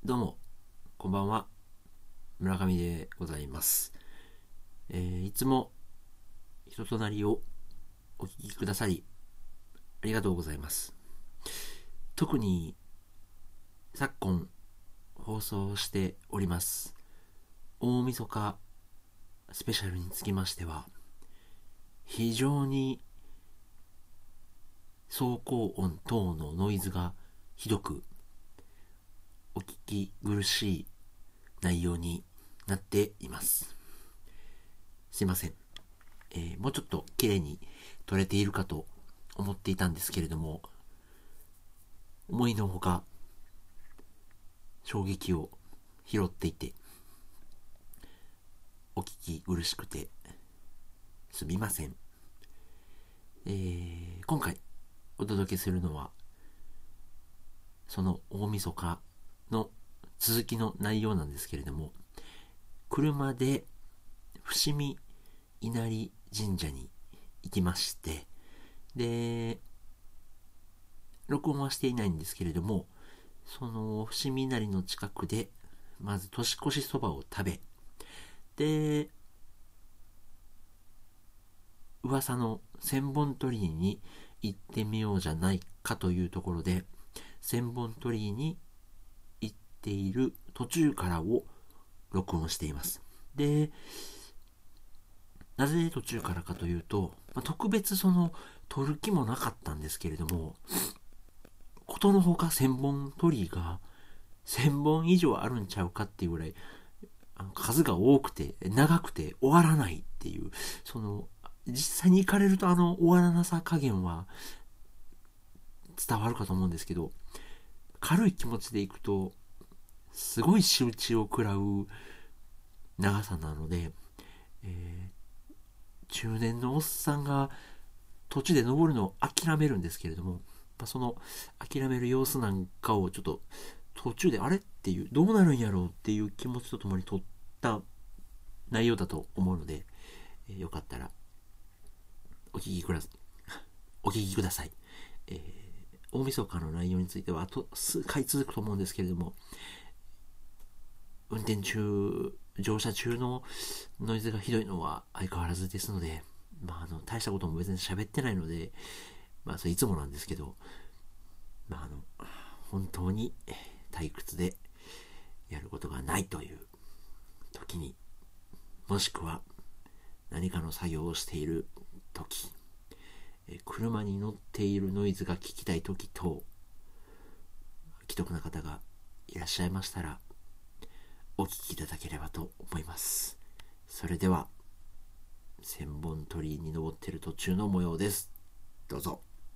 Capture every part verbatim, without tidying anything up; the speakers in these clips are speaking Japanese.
どうも、こんばんは。村上でございます。えー、いつも人となりをお聞きくださり、ありがとうございます。特に、昨今、放送しております、大晦日スペシャルにつきましては、非常に走行音等のノイズがひどく、お聞き苦しい内容になっています。すいません。えー、もうちょっと綺麗に撮れているかと思っていたんですけれども、思いのほか衝撃を拾っていて、お聞き苦しくてすみません。えー、今回お届けするのは、その大晦日の続きの内容なんですけれども、車で伏見稲荷神社に行きまして、で、録音はしていないんですけれども、その伏見稲荷の近くでまず年越しそばを食べ、で、噂の千本鳥居に行ってみようじゃないかというところで、千本鳥居に行っている途中からを録音しています。で、なぜ途中からかというと、まあ、特別その撮る気もなかったんですけれども、ことのほか千本鳥居が千本以上あるんちゃうかっていうぐらいあの数が多くて長くて終わらないっていう、その実際に行かれるとあの終わらなさ加減は伝わるかと思うんですけど、軽い気持ちで行くとすごい仕打ちを食らう長さなので、えー、中年のおっさんが途中で登るのを諦めるんですけれども、その諦める様子なんかをちょっと途中であれっていう、どうなるんやろうっていう気持ちとともに撮った内容だと思うので、えー、よかったらお聞きください。お聞きください。えー、大晦日の内容についてはあと数回続くと思うんですけれども、運転中、乗車中のノイズがひどいのは相変わらずですので、まあ、あの大したことも別に喋ってないので、まあ、それいつもなんですけど、まあ、あの本当に退屈でやることがないという時に、もしくは何かの作業をしている時、車に乗っているノイズが聞きたい時と、既得な方がいらっしゃいましたらお聞きいただければと思います。それでは千本鳥居に登っている途中の模様です。どうぞ。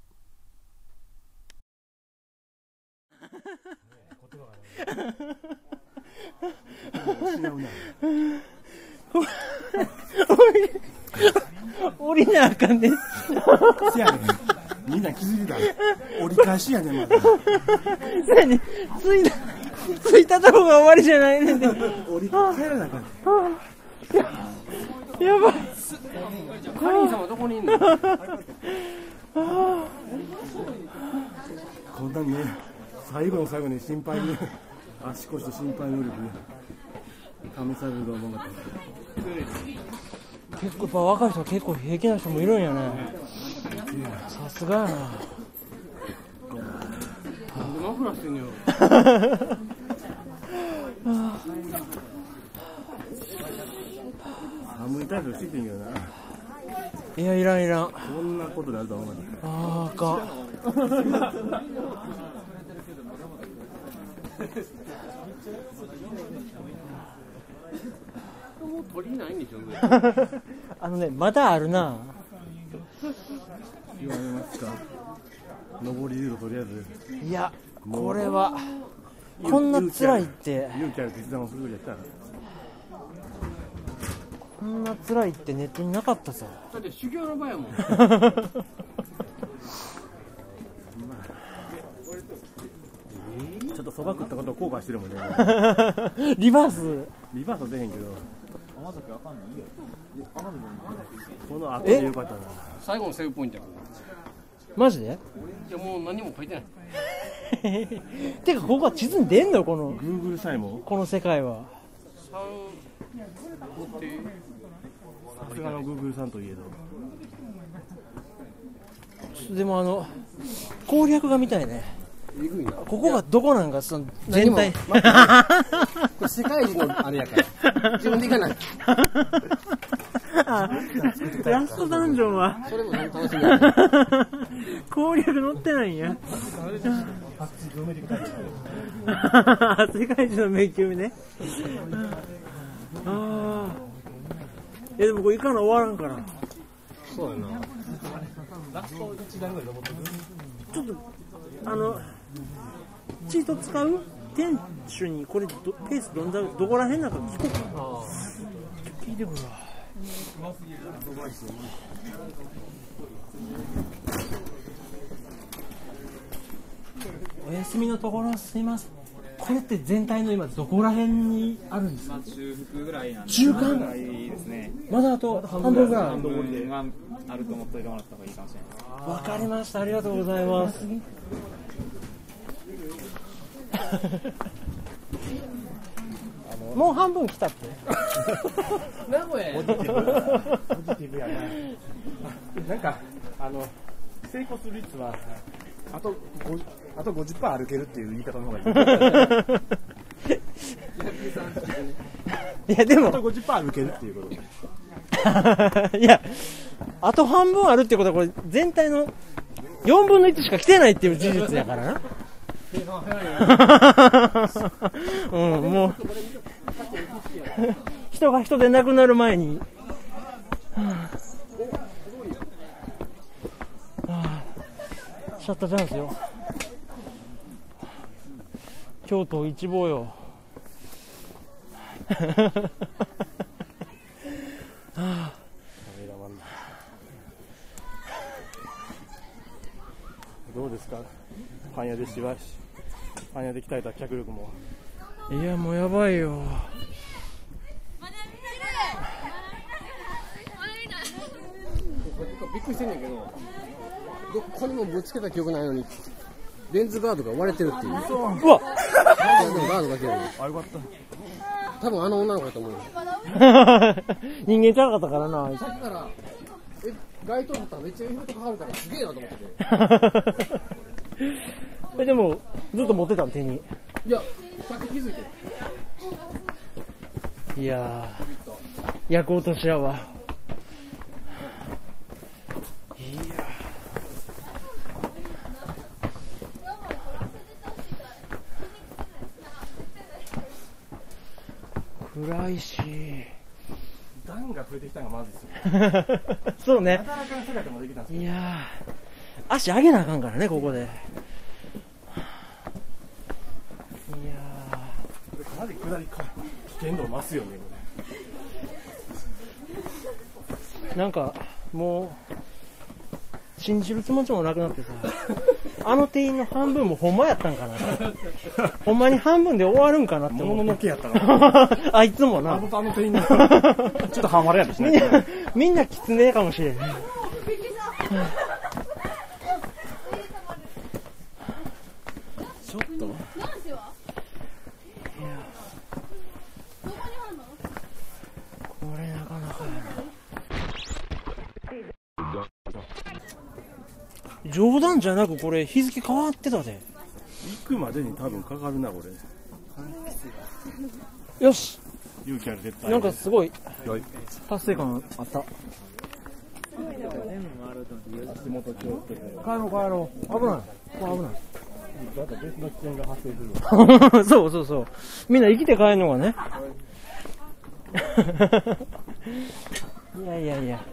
降りなあかんね。 せやねん。みんな気づいた。折り返しやねん、まだ。 せやねん。着いた、着いたとこが終わりじゃないねんで。 折り返らなあかんねん。 や、やばい。 カリンさんはどこにいんの？こんなにね、最後の最後に心配に、足腰と心配能力試されると思うかった。 結構やっぱ若い人は結構平気な人もいるんやね。さすがやな。 なんでマフラーしてんのよ。寒いタイプしててんけどな。 いや、いらんいらん。 こんなことになるとは思わない。 あー、あかん。 もう鳥居ないんでしょ。 あのね、まだあるな。 言われますか。上りるととりあえず。 いや、これはこんな辛いって勇気ある決断をするべきやったら。 こんな辛いってネットになかったさ。 だって修行の場やもん。ちょっとそば食ったことを後悔してるもんね。 リバースリバースは出へんけど。この後でよかったな。最後のセーブポイントやから。 マジで？ いやもう何も書いてない。 てかここは地図に出んのこの Google さえもこの世界は。 さすがの Google さんといえどでもあの攻略が見たいね。 えぐいな。 ここがどこなんかその全体。 これ世界中のあれやから自分で行かない。 ラストダンジョンはそれも楽しみや。 攻略載ってないんや。世界中の迷宮ね。ああ。えでもこれ行かな終わらんから。 そうやな。 ちょっとあのチート使う店主にこれどペースどんだどこら辺なんか聞こうかな。聞いてくるわ。お休みのところすいません。これって全体の今どこら辺にあるんですか。 中腹ぐらいなんで。 中間ぐらいですね。 まだあと半分ぐらい。 半分があると思っておいてもらった方がいいかもしれない。 わかりました。ありがとうございます。もう半分来たって。 名古屋や。 ポジティブポジティブやな。なんかあの成功する率はあとごあと ごじゅっパーセント 歩けるっていう言い方の方がいい。 いやでもあと ごじゅっパーセント 歩けるっていうことで。 いやあと半分あるってことはこれ全体のよんぶんのいちしか来てないっていう事実やからな。うん、もう人が人で亡くなる前に、はあはあ、シャッターチャンスよ。京都一望よ。はあ、 どうですか。パン屋でしばしパン屋で鍛えた脚力も。 いやもうやばいよ。 びっくりしてんねんけど、どこにもぶつけた記憶ないのにレンズガードが割れてるっていう。 うわガードが切れる。 あ、よかった。 多分あの女の子だと思うよ。 人間ちゃうかったからな。 さっきからえ街灯だったらめっちゃエフェクトかかるからすげえなと思ってて。 えでもずっと持ってたの手に。 いや、さっき気づいて。 いやー、焼こうとしやわ。いや暗いし。 段が増えてきたのがまずですよ。 そうね。 働かん姿もできたんですよ。 いやー、足上げなあかんからね、ここで。いやこれかなり下りか危険度増すよねこー、なんかもう信じる気持ちもなくなってさ、あの店員の半分もほんまやったんかな。ほんまに半分で終わるんかなってれ。 思う。 もののけやったな。 あいつもな。 あのあの店員のちょっとハマれやったしね。 みんなみんなキツネかもしれん。 ちょっと。 これなかなかやな。冗談じゃなくこれ日付変わってたで。 行くまでに多分かかるなこれ。 よし、 勇気ある絶対。 なんかすごいよい。 達成感あった。 足元気をつけて。 帰ろう帰ろう。危ない。ここ危ない。 だって別の危険が発生する。 そうそうそう。みんな生きて帰るのがね。いやいやいや。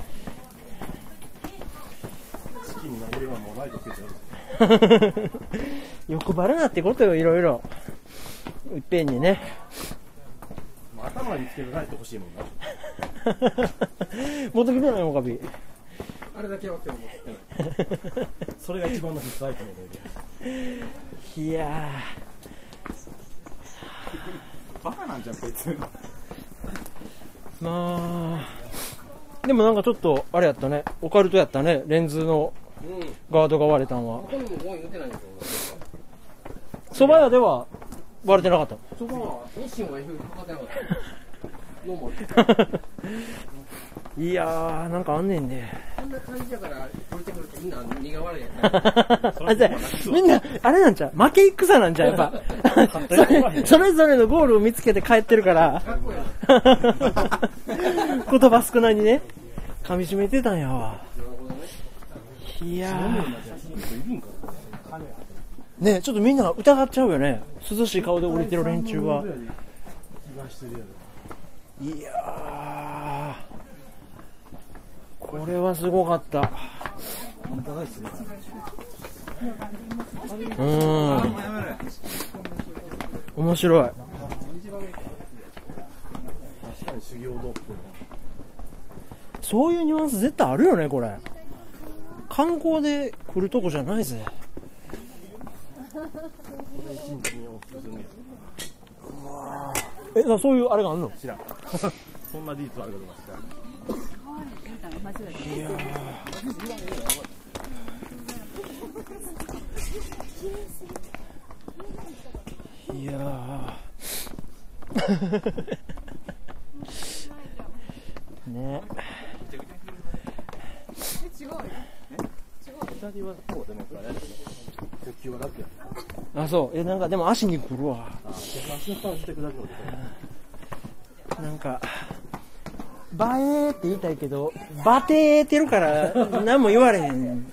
好きになればもうライトつけてる。 欲張るなってことよ、いろいろ。いっぺんにね。 頭につけるライト欲しいもんな。 持ってきてないもんかび。 あれだけはって思ってそれが一番の必須アイテムで。 いやバカなんじゃん別に。 ー、まあでもなんかちょっとあれやったね、オカルトやったね、レンズのうん。 ガードが割れたんは。 ここにももう言ってないんですよ。 蕎麦屋では割れてなかった。 そばは日清は エフエフ かかってなかったどうもいやーなんかあんねんね。 こんな感じだから降りてくるとみんな苦笑いやあじゃあみんなあれなんちゃう負け戦なんちゃうやっぱそれそれぞれのゴールを見つけて帰ってるから言葉少ないにね噛み締めてたんやわ。いやーねえちょっとみんな疑っちゃうよね。涼しい顔で降りてる連中は。いやーこれはすごかった。うん面白い。そういうニュアンス絶対あるよね。これ観光で来るとこじゃないぜ。えなそういうあれがあるの知らんそんな事実あるかどうか知らん。いやいやねあそうえなんかでも足にくるわ。なんかバエーって言いたいけどバテーってるから何も言われへん。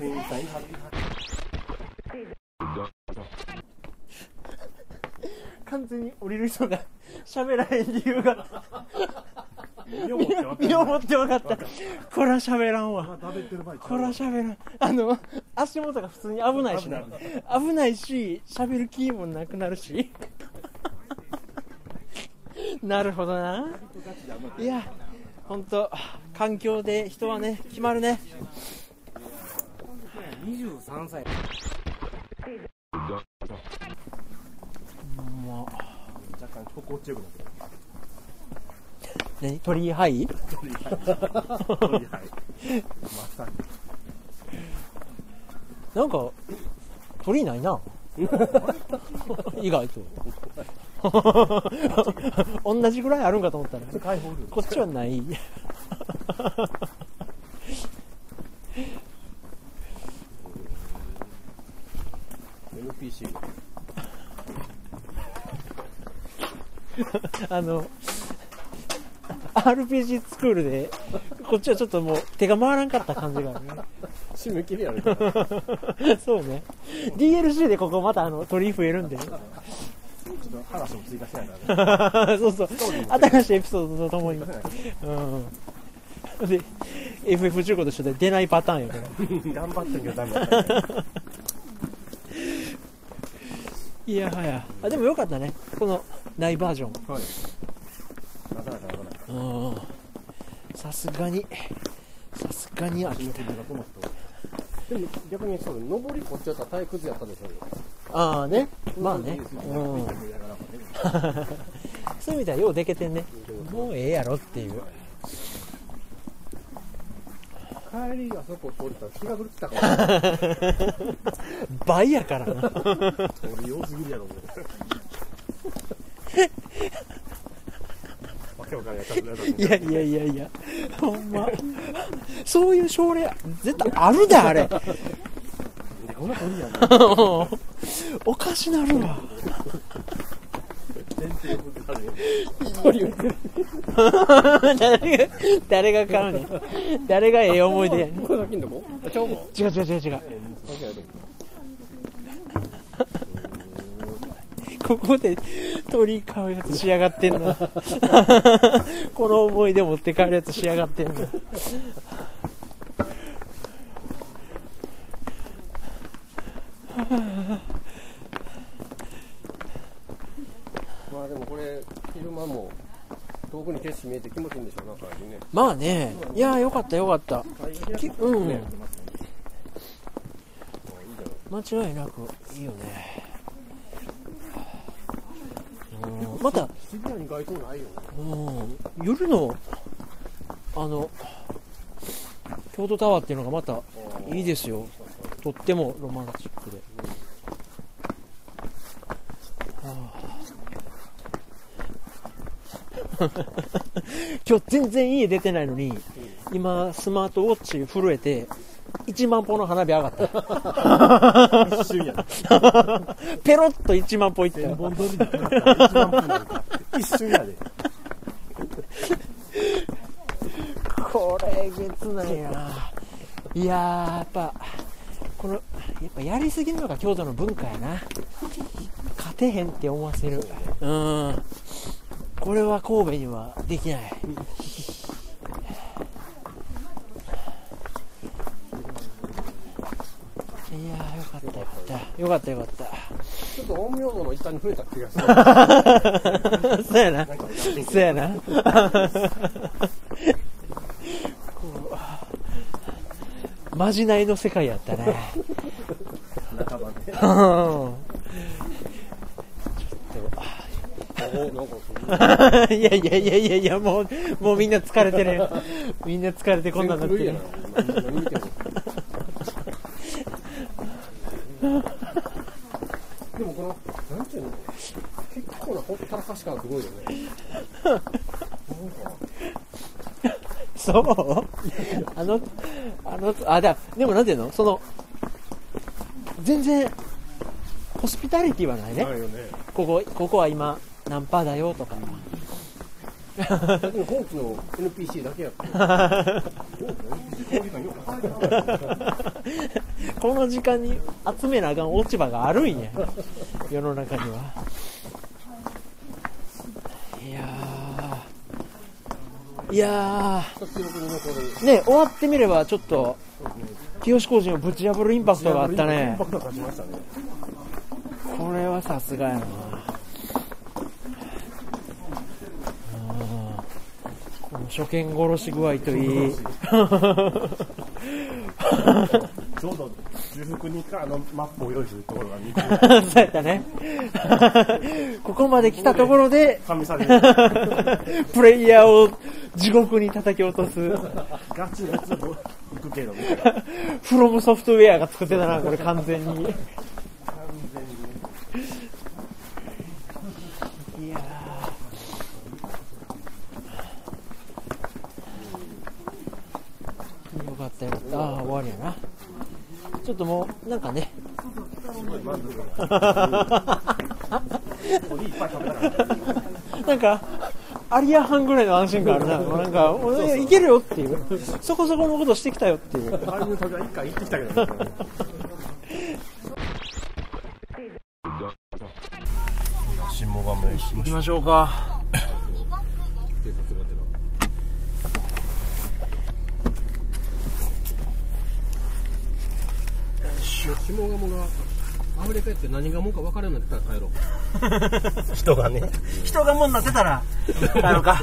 完全に降りる人が喋らへん理由が身をもって分かった。これは喋らんわ。これは喋らん。あの足元が普通に危ないしな危ないし喋る気もなくなるしなるほどな。いや本当環境で人はね決まるね。 にじゅうさんさいまあ若干心地よくなってる。 何鳥居ハイ鳥居ハイ鳥居ハイまさになんか鳥居ないな意外と同じぐらいあるんかと思ったらこっちはないエヌピーシーあの アールピージー スクールでこっちはちょっともう手が回らんかった感じがあるね。 締め切りやるからそうね ディーエルシー でここまたあの鳥居増えるんでちょっと話も追加しないからねそうそう新しいエピソードとともに、うん、で エフエフじゅうご と一緒で出ないパターンやから頑張ってんけどダメだったいやはやあでもよかったねこの大バージョン。 はいなかなかなかなかうんさすがにさすがに飽きた。 でも逆にそう上りこっちだったら退屈やったでしょうよ。 ああねまあね、うん、そういう意味ではようでけてんね。もうええやろっていう。 帰りあそこ通ったら気が狂ってたから倍やからな俺多すぎるやろいやいやいやいやほんまそういう症例絶対あるであれおかしなるわ誰が誰が買うねん誰がええ思い出やねん。 これだけんとこちゃうもん。 違う違う違う違うここで鳥買うやつ仕上がってんなこの思い出持って帰るやつ仕上がってんなまあでもこれ昼間も遠くに景色見えて気持ちいいんでしょうな、感じね。 まあねいやよかったよかったきうん間違いなくいいよね。また渋谷に街灯ないよ、 うん、夜のあの京都タワーっていうのがまたいいですよ。とってもロマンチックで今日全然家出てないのに、今スマートウォッチ震えていちまん歩の花火上がった一瞬やペロッといちまん歩いったよ。 本当にいちまん歩なんか一瞬やで。 これげつないな。いやー、やっぱこのやっぱやりすぎるのが京都の文化やな。勝てへんって思わせる。うん、これは神戸にはできない。いやー、よかったよかったよかったよかった。 ちょっと陰陽道の一端に増えた気がする。 そうやなそうやなこうまじないの世界やったね。 半ばで。 いやいやいやいやいや、もうもうみんな疲れてるよ。みんな疲れてこんなんなってる。 でもこのなんていうの、結構なほったらかし感すごいよね。 そうあのあのあだでもなんていうの、その全然ホスピタリティはないね。 ないよね。 ここここは今何パーだよとか。 ホークの エヌピーシー だけやったこの時間に集めなあかん落ち葉があるんや、世の中には。いやーいやーね、終わってみればちょっと清志工事のぶち破るインパクトがあったね。これはさすがやな。初見殺し具合といいちょうど中腹にかあのマップを用意するところが見てそうやったねここまで来たところで神されるプレイヤーを地獄に叩き落とすガチガチ行くけどねフロムソフトウェアが作ってたな、これ完全に。いやよかったよかった。ああ、終わりやな。ちょっともうなんかねなんかアリア半ぐらいの安心感あるな。もうなんかいけるよっていう、そこそこのことしてきたよっていう。 あれの旅は一回行ってきたけどね下鴨へ行きましょうか。 下鴨が溢れ返って何がもんか分からんようになってたら帰ろう。 人がね人がもんなってたら帰ろうか。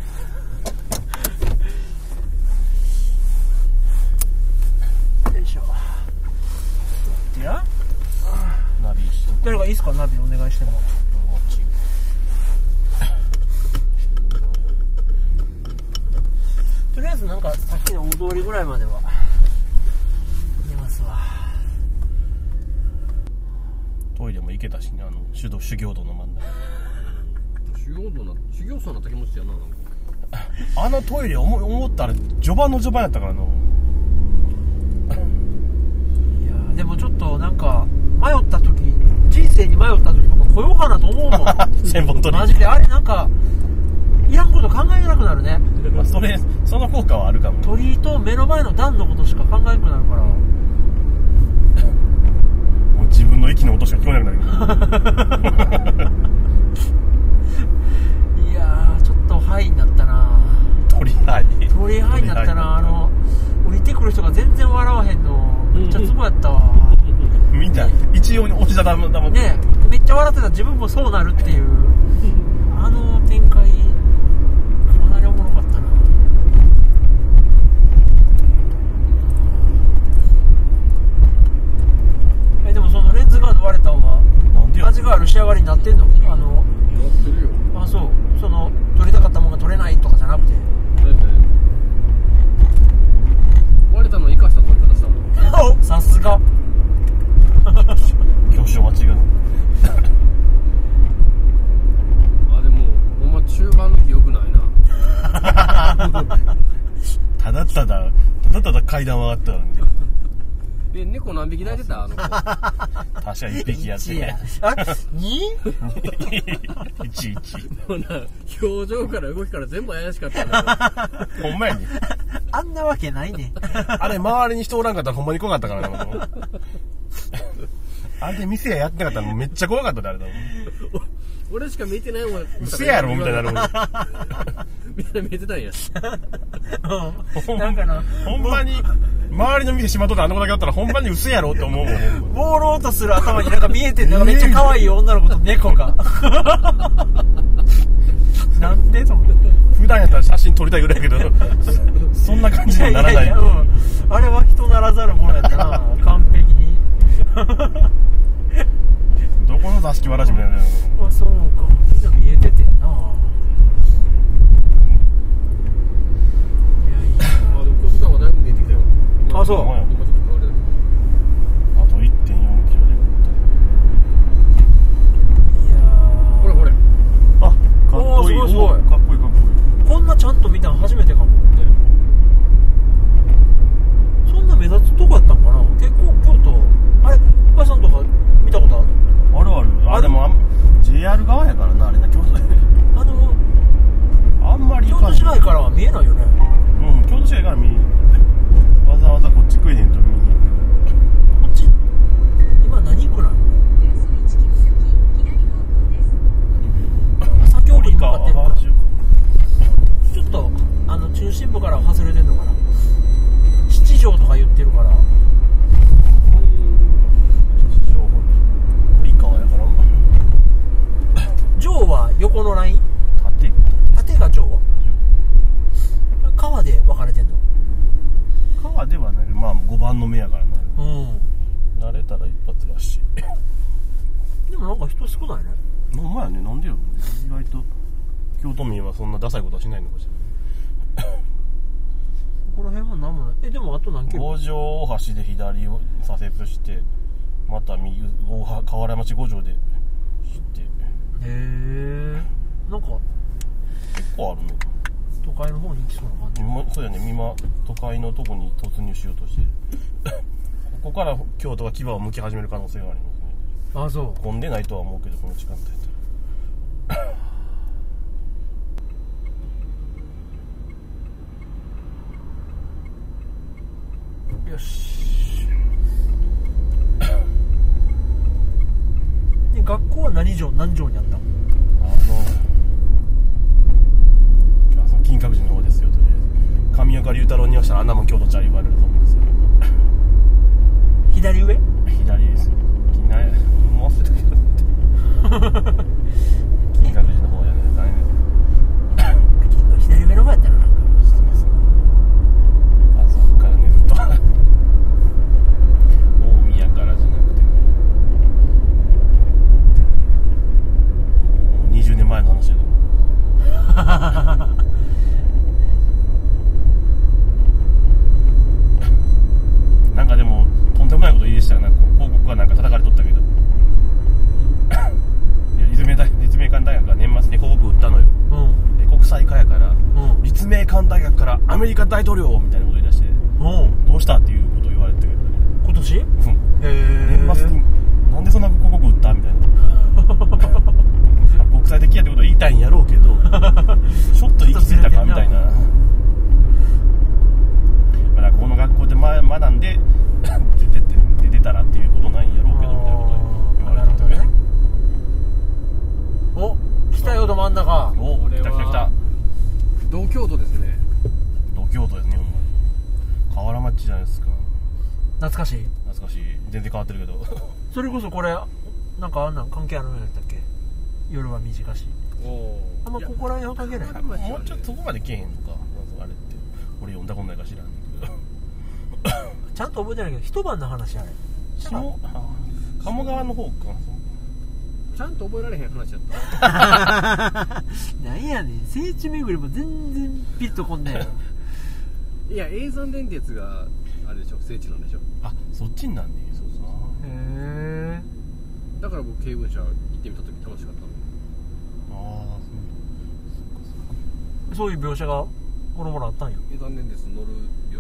よいしょ。いやナビしとく。 誰かいいっすか、ナビお願いしても。とりあえずなんかさっきの大通りぐらいまでは見ますわ。 トイレも行けたしね、あの修道修行道の真ん中。 修行道な修行僧なった気持ちやな。なんかあのトイレ思思ったら序盤の序盤やったからな。 いやでもちょっとなんか迷った時、人生に迷った時とか来ようかなと思うもん千本鳥居マジであれなんかいらんこと考えなくなるね。 まあそれその効果はあるかも。 鳥居と目の前の段のことしか考えなくなるから、 もう自分の息の音しか聞こえなくなるいやーちょっとハイになったな。 鳥ハイ鳥ハイになったな。あの降りてくる人が全然笑わへんのめっちゃツボやったわみんな一様に押しだだまだまねえ、めっちゃ笑ってた自分もそうなるっていうあの展開かなりおもろかったな。えでもそのレンズガード割れた方が味がある仕上がりになってんの？あのなってるよ。 あ、そう、その取りたかったものが取れないとかじゃなくて、 割れたのを生かした取り方したの。 さすが教師は違うただただただ階段を上がったのに。 え、猫何匹抱いてたあの子。 確かに一匹やってね。 あれ に？ いちいち。 ほな表情から動きから全部怪しかったな。 ほんまやね。 あんなわけないね。 あれ周りに人おらんかったらほんまに怖かったからな。あれで店やってなかったらめっちゃ怖かったであれだもん。 俺しか見てないもん。 嘘やろみたいになるもん。 みんな見えてたんや。 なんかな、 ほんまに周りの店閉まっとったあの子だけだったらほんまに嘘やろって思うもん。 朦朧とする頭になんか見えてんのがめっちゃ可愛い女の子と猫が。なんでと思って。 普段やったら写真撮りたいぐらいやけど、そんな感じにならない。 いやいやいや、うん、あれは人ならざるものやったな、完璧に。 どこの座敷わらしみたいな。 あ、そうか。みんな見えててんな。 あ、でも京都タワーだいぶ見えてきたよ。 あ、そう。 今ちょっと変わる。 あと いってんよんキロで。 いやー。 ほらほら。 あ、かっこいい。 おー、すごいすごい。 かっこいいかっこいい。 こんなちゃんと見たの初めてかもって。そんな目立つとこやったんかな。結構京都、あれ、おばさんとか見たことある？ あるある。あ、でもあん ジェイアール 側やからな、あれだ、京都で。 あの、 あんまり京都市内からは見えないよね。 うん、京都市内から見にわざわざこっち来えへんと見に。 こっち、今何区なの？左京区に向かってるのかな。ちょっと、あの、中心部からは外れてんのかな。七条とか言ってるから。 堀川やから。 条は横のライン？ 縦縦が条？川で分かれてんの？ 川ではないけど、まあごばんの目やからな。 うん。 慣れたら一発らしい。 でもなんか人少ないね。 ほんまやね、なんでよ。意外と京都民はそんなダサいことはしないのかしら。 ここら辺は何もない。え、でもあと何キロ？ 五条大橋で左を左折して、また右大は河原町五条でして。 へえ。なんか結構あるの。 都会の方に行きそうな感じ。 今そうやね、今都会のとこに突入しようとしてここから京都が牙を向き始める可能性がありますね。 あ、そう。 混んでないとは思うけど、この時間帯やったらよし。で、学校は何条何条にあったの？ あのあその金閣寺の方ですよ。とりあえず上岡龍太郎にはしたらあんなもん京都ちゃう言われると思うんですよ。 左上？ 左です。金ないもう忘れたけど金閣寺の方やね。 左上の方やったらなんかあそっからね、ずっと大宮からじゃなくてもうにじゅうねんまえの話やけどなんかでもとんでもないこと言いでしたよ。なんか広告がなんか叩かれとったけどいや立命大立命館大学が年末に広告売ったのよ、うん、で国際化やから、うん、立命館大学からアメリカ大統領みたいなこと言い出して、うん、どうしたっていうことを言われてたけどね。 今年？うん、へえ。年末になんでそんな広告売ったみたいな国際的やってことを言いたいんやろうけどちょっと行き過ぎたかみたいな。だからこの学校で学んで出て出てたらっていうことないんやろうけどみたいなこと言われてたね。 お、来たよど真ん中。 お、来た来た来た。 同京都ですね。 同京都ですね、ほんまに。河原町じゃないですか。 懐かしい。 懐かしい。全然変わってるけど。 それこそこれなんかあんなん関係あるんやったっけ？夜は短し。おあんまここら辺は関係ない。 もうちょっとそこまでけえへんのか。あれって俺読んだことないか知らんけど。 ちゃんと覚えてないけど一晩の話あれ。 そう。鴨川の方か。 ちゃんと覚えられへん話だった。 なんやねん、聖地巡りも全然ピッとこんねん。 いや、永山電鉄があれでしょ、聖地なんでしょ。 あ、そっちになんねん。そうそう。 へえ。 だから僕、京文社行ってみた時楽しかったの。 ああ、 そう。そういう描写がもろもろあったんよ。 永山電鉄乗る予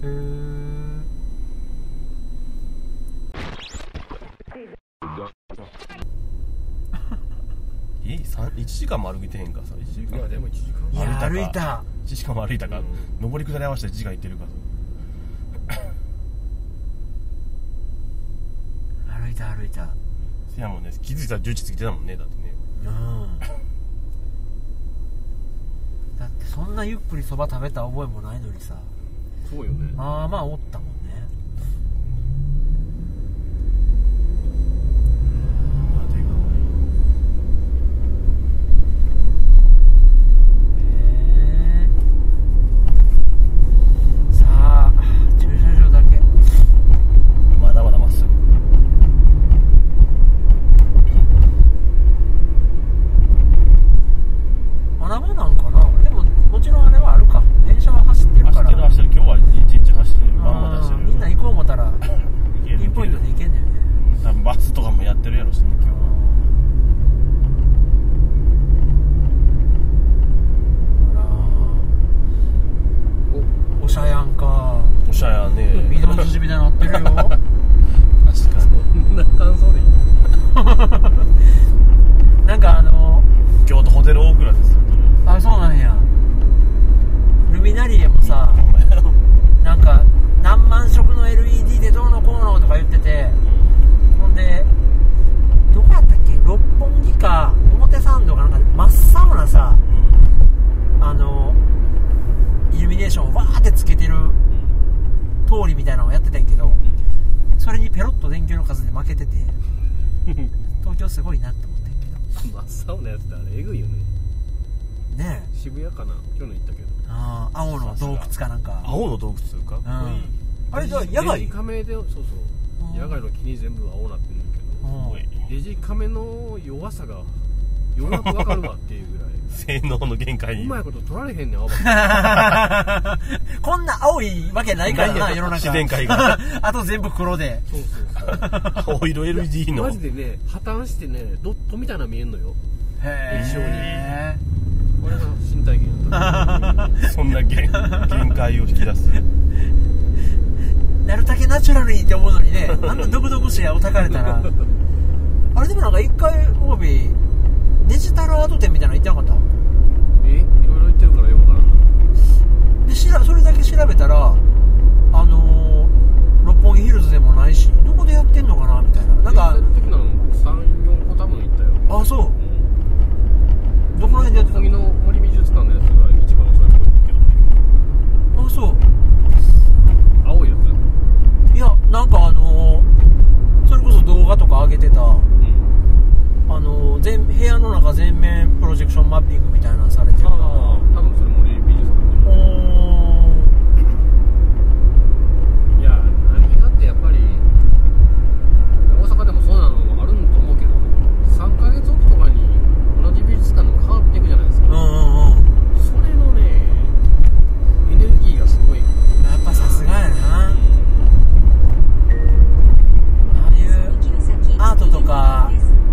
えいちじかんも歩いてへんかさいちじかん。 いやでもいちじかんいや歩いかたいちじかんも歩いたか、 うん、 上り下り合わせていちじかん行ってるか歩いた歩いた。 せやもんね、気づいたらじゅういち過ぎてたもんね、だってね。 うんだってそんなゆっくりそば食べた覚えもないのにさ、 そうよね。 まあまあおったもんね。 バスとかもやってるやろしね、今日は。 おしゃやんか。 おしゃやね。 御堂筋みたいになってるよ。確かに。 そんな感想でいいなんかあの京都ホテル大倉ですよ。 あ、そうなんや。ルミナリエもさ、なんか何万色の エルイーディー でどうのこうのとか言ってて、ほんでどこやったっけ、六本木か表参道かなんか真っ青なさ、あのイルミネーションをわーってつけてる通りみたいなのをやってたんやけど、それにペロッと電球の数で負けてて東京すごいなって思ったんやけど。 真っ青なやつってあれえぐいよね。 ねえ、 渋谷かな、去年行ったけど。 ああ、青の洞窟かなんか。 青の洞窟かっこいい、 うん、あれじゃあ野外デジカメで、そうそう、野外の木に全部青なってるんだけど、デジカメの弱さがようやくわかるわっていうぐらい性能の限界にうまいこと取られへんねん、青ばっかこんな青いわけないからな、世の中。 自然界があと全部黒で。 そうそうそう青色 エルイーディー のマジでね、破綻してね、ドットみたいなの見えんのよ。 へ液晶に。これが身体験だったそんな限界を引き出すなるだけナチュラルにって思うのにね、あんなドクドクしやをたかれたらあれでもなんか一回オービーデジタルアート展みたいなの行ってなかった？ え、いろいろ言ってるからよくわからんでしらそれだけ調べたら、あのー、六本木ヒルズでもないし、どこでやってんのかなみたいな。なんかデジタル的なのさん、よんこ多分行ったよ。 あ、そう、 うん、 どこら辺でやってたの？ 次の森美術館のやつが一番遅いとこ行くけどね。 あ、そう。 青いやつ？ いや、なんかあのー、それこそ動画とか上げてた、うん、あのー、全部屋の中全面プロジェクションマッピングみたいなのされてるから。 ああ、多分それ森美術館で。いや、何がってやっぱり大阪でもそうなのもあるんと思うけど、さんかげつおきとかに同じ美術館でも変わっていくじゃないですか。うんうんうん。それのね、エネルギーがすごい。 やっぱさすがやな。アートとか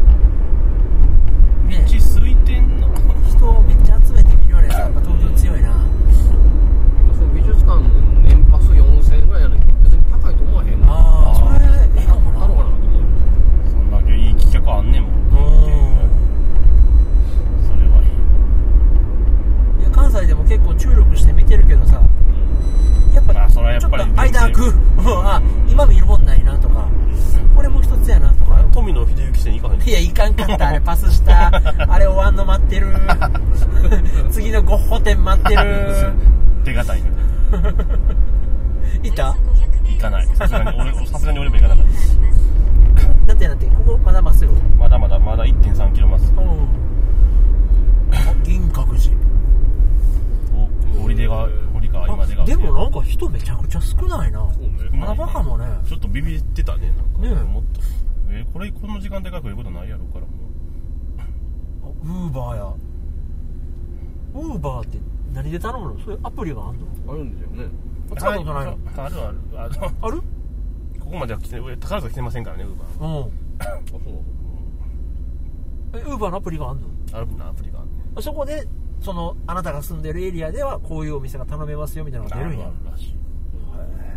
ね、 血水天の人をめっちゃ集めてみるようなやつやっぱ東京強いな。 その美術館の年パスよんせんえんぐらいやのに別に高いと思わへんな。 ああ、それええかもな。 あるかなと思う。 そんだけいい企画あんねんもん。それはいい。いや、関西でも結構注力して見てるけどさ、やっぱ、 まあ、それはやっぱりちょっと間空くあ、今見るもんないなとか、これも一つやなとか。 富野秀幸線行かへん。 いや、いかんかった。あれパスしたあれ終わんの待ってる次のゴッホ展待ってる手堅いね。 行った？ 行かない。さすがに俺、さすがに俺も行かなかった。 だってなんて、ここまだまっすぐ？ まだまだまだ いってんさんキロまっすぐ。 銀閣寺。 お、堀出が堀川今出川。 でもなんか人めちゃくちゃ少ないな。まだバカもね。 ちょっとビビってたね、なんか。 ねえ、 もっと。えー、これこの時間で書くことないやろからもう。ウーバーや。ウーバーって何で頼むの？そういうアプリがあるの？ あるんだよね。 使ったことないの？ あるあるある。 ある？ ここまでは来て、宝塚来てませんからね、ウーバー。 うん。 あ、そう。 え、ウーバーのアプリがあるの？ あるな、アプリがあるね。 そこでそのあなたが住んでるエリアではこういうお店が頼めますよみたいなのが出るんや。 あるらしい。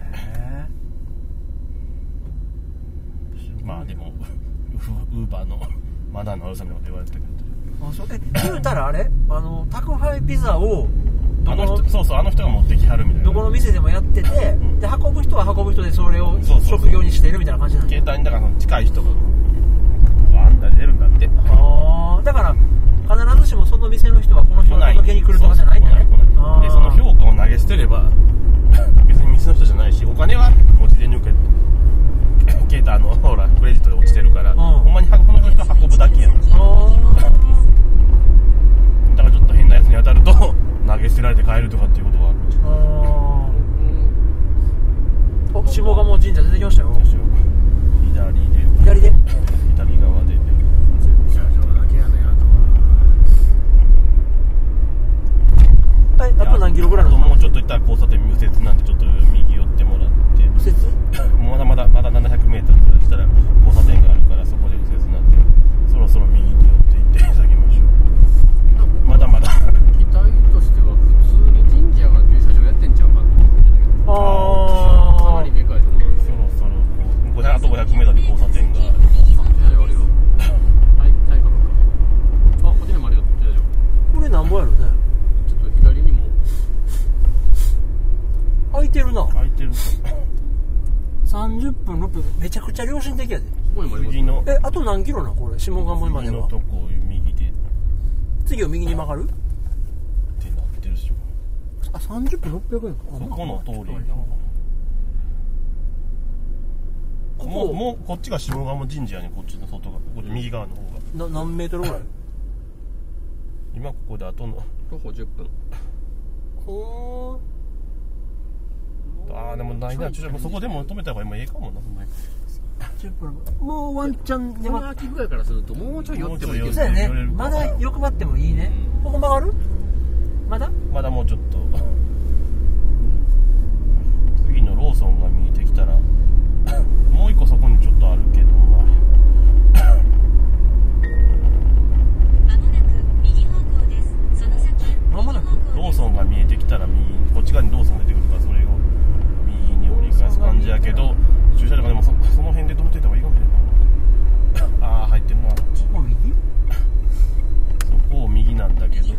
まあでもウーバーのマナーの悪さみたいなこと言われてたけど、 あそうえ言うたらあれあの宅配ピザをどあこのの人そうそうあの人が持ってきはるみたいな、 どこの店でもやってて、うん、で運ぶ人は運ぶ人でそれを職業にしているみたいな感じなんだ。 携帯にだから近い人があんだ出るんだって。 ああだから必ずしもその店の人はこの人が届けに来るとかじゃないんだね。 でその評価を投げ捨てれば別に店の人じゃないし、お金は持ち出に受け携帯のほらクレジットで落ちてるから、うん、ほんまにこの人運ぶだけやん。だからちょっと変なやつに当たると投げ捨てられて帰るとかっていうことはある。 あお下鴨神社出てきましたよ。 左で左で左側であと何キロぐらいのもうちょっと行ったら交差点右折なんでちょっと右寄ってもらって、 右折まだまだまだななひゃくメートルぐらいしたら交差点があるからそこで右折なんでそろそろ右に寄って行っていただきましょう。まだまだ期待としては普通に神社が駐車場やってんちゃうかと思うんじゃないけど、 ああかなりでかいところなんですよ。 そろそろこうあとごひゃくメートルで交差点がある。 駐車場あるよ。タイタイパか。あこっちにもあるよ駐車場。 これなんぼやろね。 ちょっと左にも空いてるな。 空いてるさんじゅっぷんろっぷんめちゃくちゃ良心的やで。 ここにもあります。 次のえあと何キロなこれ下鴨までは。 次のとこ右で次を右に曲がるってなってるっしょ。 あさんじゅっぷんろっぴゃくえんか。 そこの通りこもうこもうこっちが下鴨神社やね。こっちの外がこっち右側の方がな何メートルぐらい今ここで後の徒歩じゅっぷん。 ほあーでもないな。ちょっとそこでも止めた方が今ええかもな。 じゅっぷんもうワンチャンこの秋ぐらいからするともうちょい寄ってもいいけど。 そうやねまだ欲張ってもいいね。ここ曲がるまだまだもうちょっと次のローソンが見えてきたらもう一個そこにちょっとあるけどまあ間もなくローソンが見えてきたら右こっち側にローソン出てくるからそれを右に折り返す感じやけど駐車場がでも そ, その辺で止めてた方がいいかもしれないああ入ってるな。 ここ右そこを右なんだけど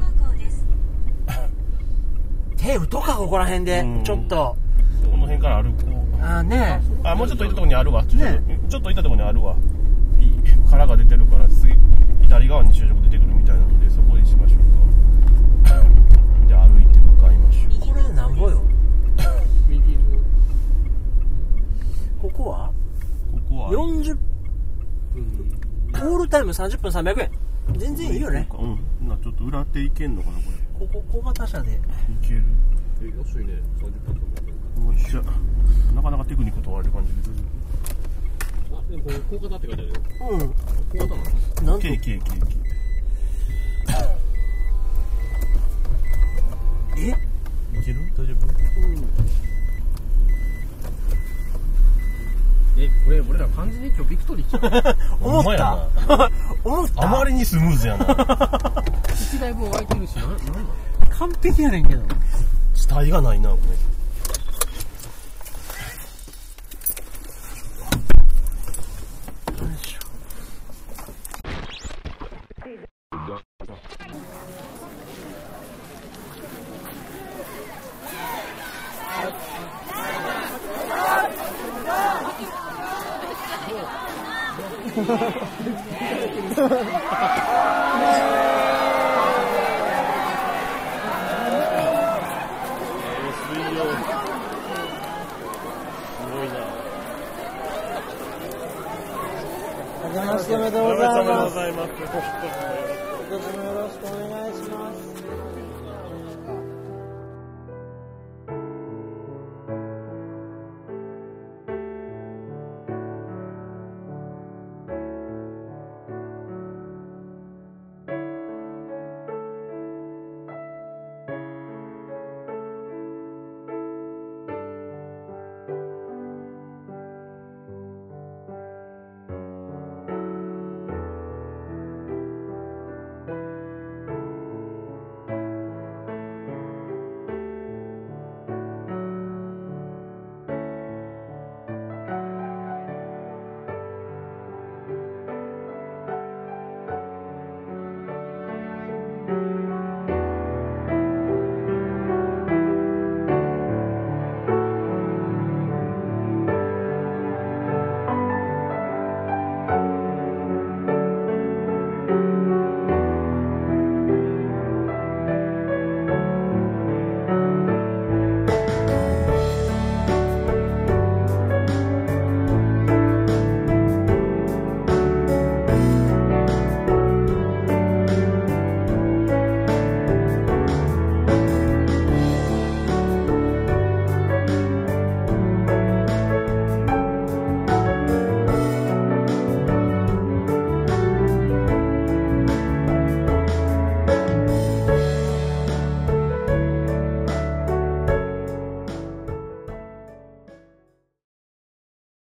手打とかここら辺でちょっとこの辺から歩こう。 あーねあもうちょっと行ったとこにあるわ、 ね、 ちょっと行ったとこにあるわ。いい殻が出てるから次左側に就職出てくるみたいなのでそこにしましょうかで歩いて向かいましょう。 これでなんぼよ右のここはここはよんじゅっぷんオールタイムさんじゅっぷんさんびゃくえん全然いいよね。 うんなちょっと裏手行けんのかなこれ。 ここ小型車でいける。 え安いねさんじゅっぷんとか。 おっしゃなかなかテクニック問われる感じです。 あでもこれ高型って書いてあるよ。 うん高型なのなんとケーキケーキケーキえいける大丈夫。 えこれ俺ら完全に今日ビクトリー来た思っほんまやたな思ったあまりにスムーズやな一台分空いてるしななんだ完璧やねんけど死体がないなこれ。 おめでとうございます。 おめでとうございます。 今年もよろしくお願いします。 す。